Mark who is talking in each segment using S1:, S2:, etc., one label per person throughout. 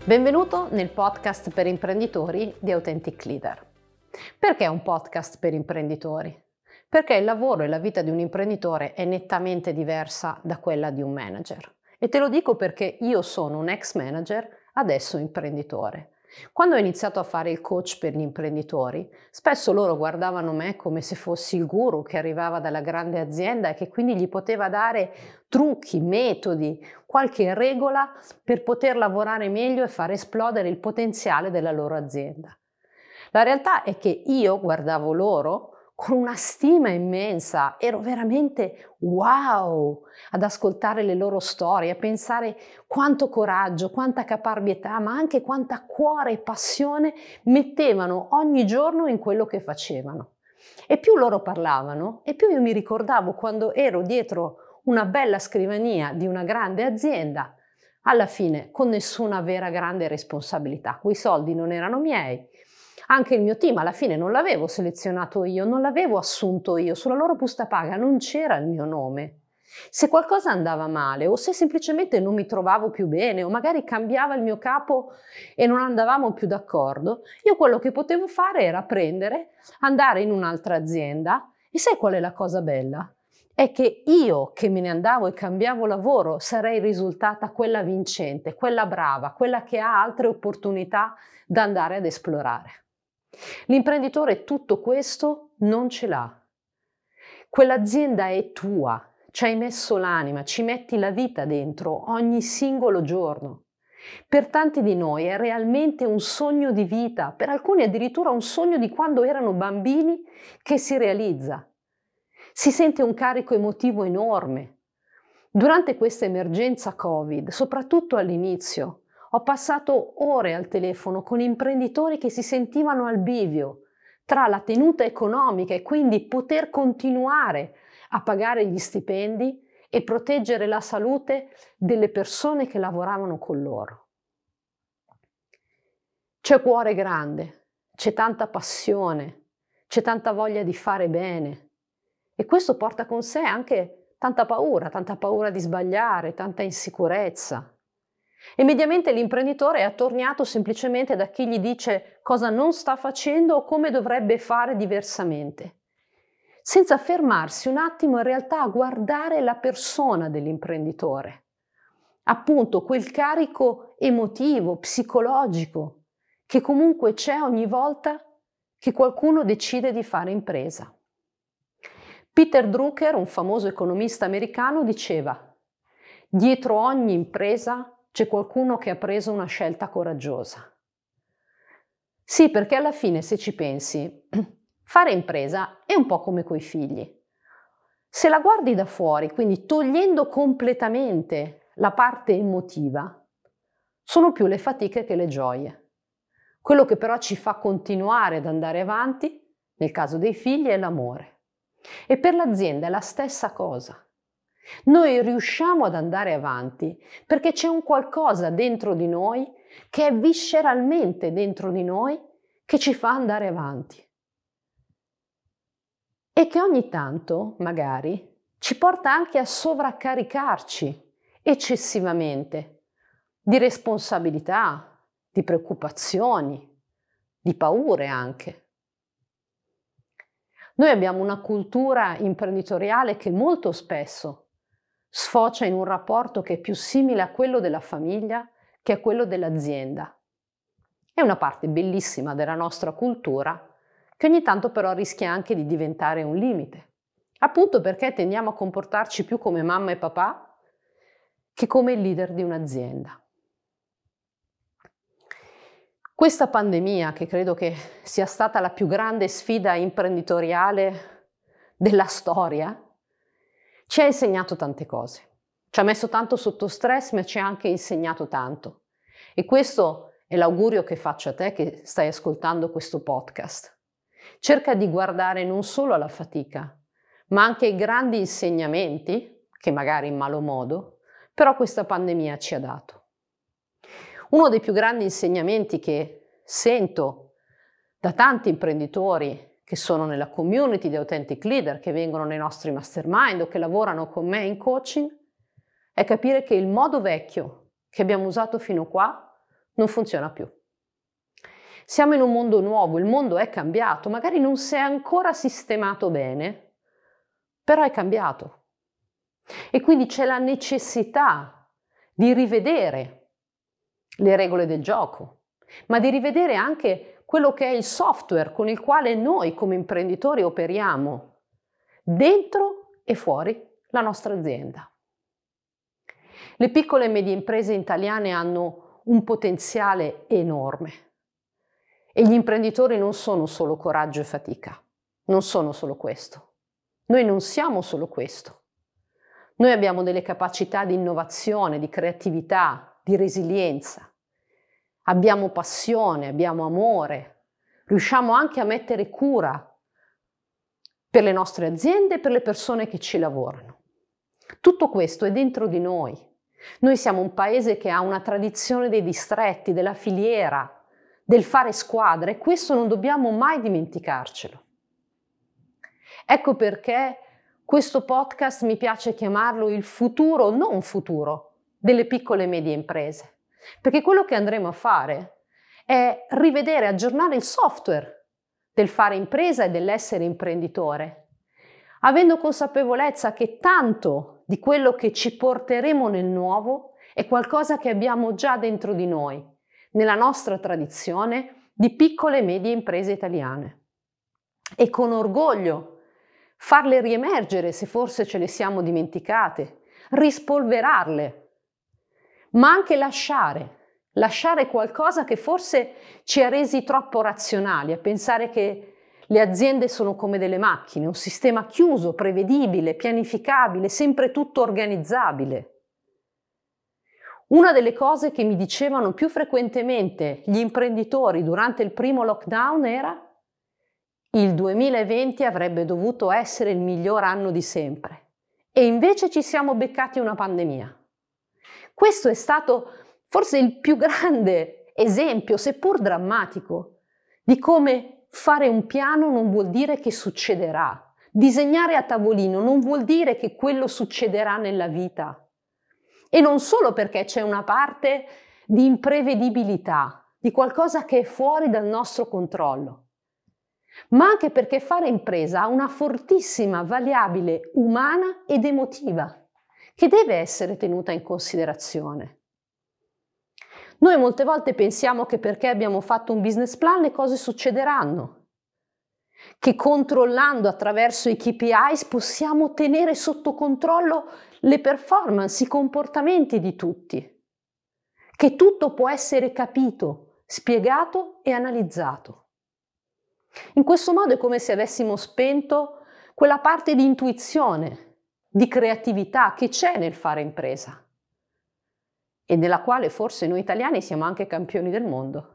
S1: Benvenuto nel podcast per imprenditori di Authentic Leader. Perché un podcast per imprenditori? Perché il lavoro e la vita di un imprenditore è nettamente diversa da quella di un manager. E te lo dico perché io sono un ex manager, adesso imprenditore. Quando ho iniziato a fare il coach per gli imprenditori, spesso loro guardavano me come se fossi il guru che arrivava dalla grande azienda e che quindi gli poteva dare trucchi, metodi, qualche regola per poter lavorare meglio e far esplodere il potenziale della loro azienda. La realtà è che io guardavo loro con una stima immensa, ero veramente wow ad ascoltare le loro storie, a pensare quanto coraggio, quanta caparbietà, ma anche quanta cuore e passione mettevano ogni giorno in quello che facevano. E più loro parlavano, e più io mi ricordavo quando ero dietro una bella scrivania di una grande azienda, alla fine con nessuna vera grande responsabilità. Quei soldi non erano miei. Anche il mio team alla fine non l'avevo selezionato io, non l'avevo assunto io, sulla loro busta paga non c'era il mio nome. Se qualcosa andava male o se semplicemente non mi trovavo più bene o magari cambiava il mio capo e non andavamo più d'accordo, io quello che potevo fare era andare in un'altra azienda e sai qual è la cosa bella? È che io che me ne andavo e cambiavo lavoro sarei risultata quella vincente, quella brava, quella che ha altre opportunità da andare ad esplorare. L'imprenditore tutto questo non ce l'ha. Quell'azienda è tua, ci hai messo l'anima, ci metti la vita dentro ogni singolo giorno. Per tanti di noi è realmente un sogno di vita, per alcuni addirittura un sogno di quando erano bambini che si realizza. Si sente un carico emotivo enorme. Durante questa emergenza Covid, soprattutto all'inizio, ho passato ore al telefono con imprenditori che si sentivano al bivio tra la tenuta economica e quindi poter continuare a pagare gli stipendi e proteggere la salute delle persone che lavoravano con loro. C'è cuore grande, c'è tanta passione, c'è tanta voglia di fare bene e questo porta con sé anche tanta paura di sbagliare, tanta insicurezza. E mediamente l'imprenditore è attorniato semplicemente da chi gli dice cosa non sta facendo o come dovrebbe fare diversamente, senza fermarsi un attimo in realtà a guardare la persona dell'imprenditore, appunto quel carico emotivo, psicologico, che comunque c'è ogni volta che qualcuno decide di fare impresa. Peter Drucker, un famoso economista americano, diceva: dietro ogni impresa c'è qualcuno che ha preso una scelta coraggiosa. Sì, perché alla fine, se ci pensi, fare impresa è un po' come coi figli. Se la guardi da fuori, quindi togliendo completamente la parte emotiva, sono più le fatiche che le gioie. Quello che però ci fa continuare ad andare avanti, nel caso dei figli, è l'amore. E per l'azienda è la stessa cosa. Noi riusciamo ad andare avanti perché c'è un qualcosa dentro di noi che è visceralmente dentro di noi che ci fa andare avanti e che ogni tanto magari ci porta anche a sovraccaricarci eccessivamente di responsabilità, di preoccupazioni, di paure anche. Noi abbiamo una cultura imprenditoriale che molto spesso sfocia in un rapporto che è più simile a quello della famiglia che a quello dell'azienda. È una parte bellissima della nostra cultura che ogni tanto però rischia anche di diventare un limite, appunto perché tendiamo a comportarci più come mamma e papà che come il leader di un'azienda. Questa pandemia, che credo che sia stata la più grande sfida imprenditoriale della storia, ci ha insegnato tante cose. Ci ha messo tanto sotto stress, ma ci ha anche insegnato tanto. E questo è l'augurio che faccio a te che stai ascoltando questo podcast. Cerca di guardare non solo alla fatica, ma anche ai grandi insegnamenti, che magari in malo modo, però questa pandemia ci ha dato. Uno dei più grandi insegnamenti che sento da tanti imprenditori che sono nella community di Authentic Leader, che vengono nei nostri mastermind o che lavorano con me in coaching, è capire che il modo vecchio che abbiamo usato fino qua non funziona più. Siamo in un mondo nuovo, il mondo è cambiato, magari non si è ancora sistemato bene, però è cambiato. E quindi c'è la necessità di rivedere le regole del gioco, ma di rivedere anche quello che è il software con il quale noi come imprenditori operiamo dentro e fuori la nostra azienda. Le piccole e medie imprese italiane hanno un potenziale enorme e gli imprenditori non sono solo coraggio e fatica, non sono solo questo. Noi non siamo solo questo. Noi abbiamo delle capacità di innovazione, di creatività, di resilienza. Abbiamo passione, abbiamo amore, riusciamo anche a mettere cura per le nostre aziende e per le persone che ci lavorano. Tutto questo è dentro di noi. Noi siamo un paese che ha una tradizione dei distretti, della filiera, del fare squadra e questo non dobbiamo mai dimenticarcelo. Ecco perché questo podcast mi piace chiamarlo il futuro, non futuro, delle piccole e medie imprese. Perché quello che andremo a fare è rivedere, aggiornare il software del fare impresa e dell'essere imprenditore, avendo consapevolezza che tanto di quello che ci porteremo nel nuovo è qualcosa che abbiamo già dentro di noi, nella nostra tradizione di piccole e medie imprese italiane. E con orgoglio farle riemergere se forse ce le siamo dimenticate, rispolverarle, ma anche lasciare qualcosa che forse ci ha resi troppo razionali, a pensare che le aziende sono come delle macchine, un sistema chiuso, prevedibile, pianificabile, sempre tutto organizzabile. Una delle cose che mi dicevano più frequentemente gli imprenditori durante il primo lockdown era: il 2020 avrebbe dovuto essere il miglior anno di sempre e invece ci siamo beccati una pandemia. Questo è stato forse il più grande esempio, seppur drammatico, di come fare un piano non vuol dire che succederà. Disegnare a tavolino non vuol dire che quello succederà nella vita. E non solo perché c'è una parte di imprevedibilità, di qualcosa che è fuori dal nostro controllo, ma anche perché fare impresa ha una fortissima variabile umana ed emotiva che deve essere tenuta in considerazione. Noi molte volte pensiamo che perché abbiamo fatto un business plan le cose succederanno, che controllando attraverso i KPIs possiamo tenere sotto controllo le performance, i comportamenti di tutti, che tutto può essere capito, spiegato e analizzato. In questo modo è come se avessimo spento quella parte di intuizione, di creatività che c'è nel fare impresa e nella quale forse noi italiani siamo anche campioni del mondo.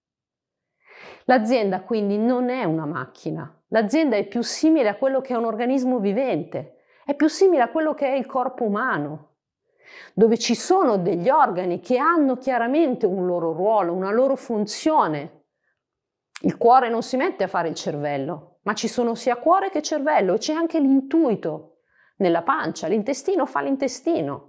S1: L'azienda quindi non è una macchina, l'azienda è più simile a quello che è un organismo vivente, è più simile a quello che è il corpo umano, dove ci sono degli organi che hanno chiaramente un loro ruolo, una loro funzione. Il cuore non si mette a fare il cervello, ma ci sono sia cuore che cervello e c'è anche l'intuito nella pancia, l'intestino fa l'intestino.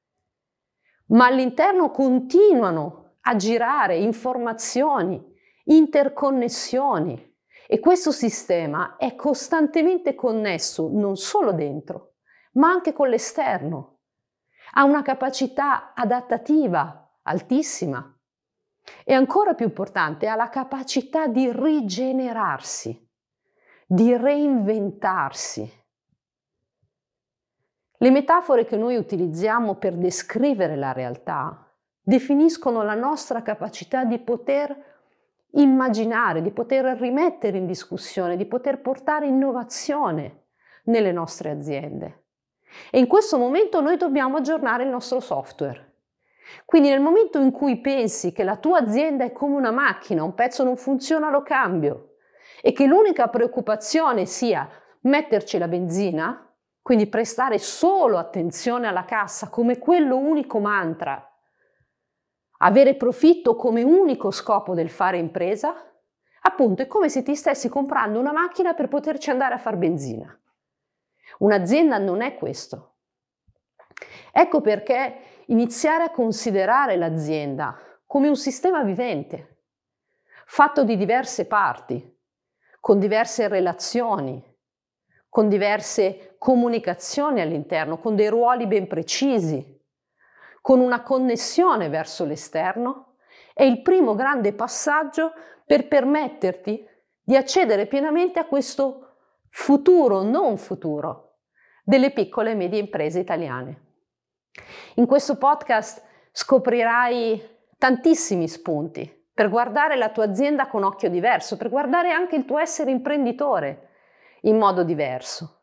S1: Ma all'interno continuano a girare informazioni, interconnessioni e questo sistema è costantemente connesso non solo dentro, ma anche con l'esterno. Ha una capacità adattativa altissima. E ancora più importante, ha la capacità di rigenerarsi, di reinventarsi. Le metafore che noi utilizziamo per descrivere la realtà definiscono la nostra capacità di poter immaginare, di poter rimettere in discussione, di poter portare innovazione nelle nostre aziende. E in questo momento noi dobbiamo aggiornare il nostro software. Quindi nel momento in cui pensi che la tua azienda è come una macchina, un pezzo non funziona, lo cambio, e che l'unica preoccupazione sia metterci la benzina, quindi prestare solo attenzione alla cassa come quello unico mantra, avere profitto come unico scopo del fare impresa, appunto è come se ti stessi comprando una macchina per poterci andare a far benzina. Un'azienda non è questo. Ecco perché iniziare a considerare l'azienda come un sistema vivente, fatto di diverse parti, con diverse relazioni, con diverse comunicazioni all'interno, con dei ruoli ben precisi, con una connessione verso l'esterno, è il primo grande passaggio per permetterti di accedere pienamente a questo futuro, non futuro, delle piccole e medie imprese italiane. In questo podcast scoprirai tantissimi spunti per guardare la tua azienda con occhio diverso, per guardare anche il tuo essere imprenditore in modo diverso.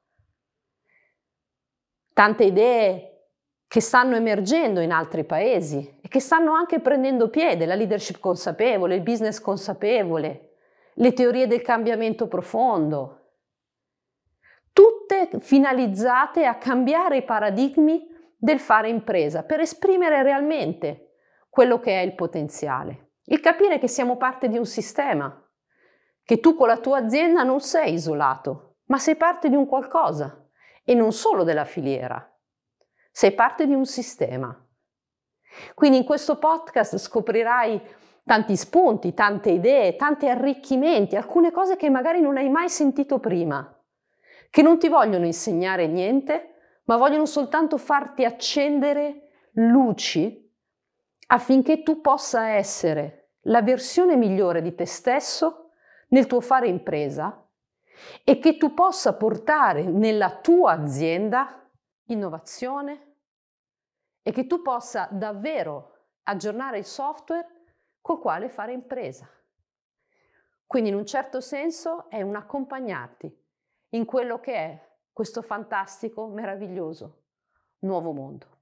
S1: Tante idee che stanno emergendo in altri paesi e che stanno anche prendendo piede, la leadership consapevole, il business consapevole, le teorie del cambiamento profondo, tutte finalizzate a cambiare i paradigmi del fare impresa per esprimere realmente quello che è il potenziale, il capire che siamo parte di un sistema, che tu con la tua azienda non sei isolato, ma sei parte di un qualcosa e non solo della filiera. Sei parte di un sistema. Quindi in questo podcast scoprirai tanti spunti, tante idee, tanti arricchimenti, alcune cose che magari non hai mai sentito prima, che non ti vogliono insegnare niente, ma vogliono soltanto farti accendere luci affinché tu possa essere la versione migliore di te stesso nel tuo fare impresa e che tu possa portare nella tua azienda innovazione e che tu possa davvero aggiornare il software col quale fare impresa. Quindi in un certo senso è un accompagnarti in quello che è questo fantastico, meraviglioso nuovo mondo.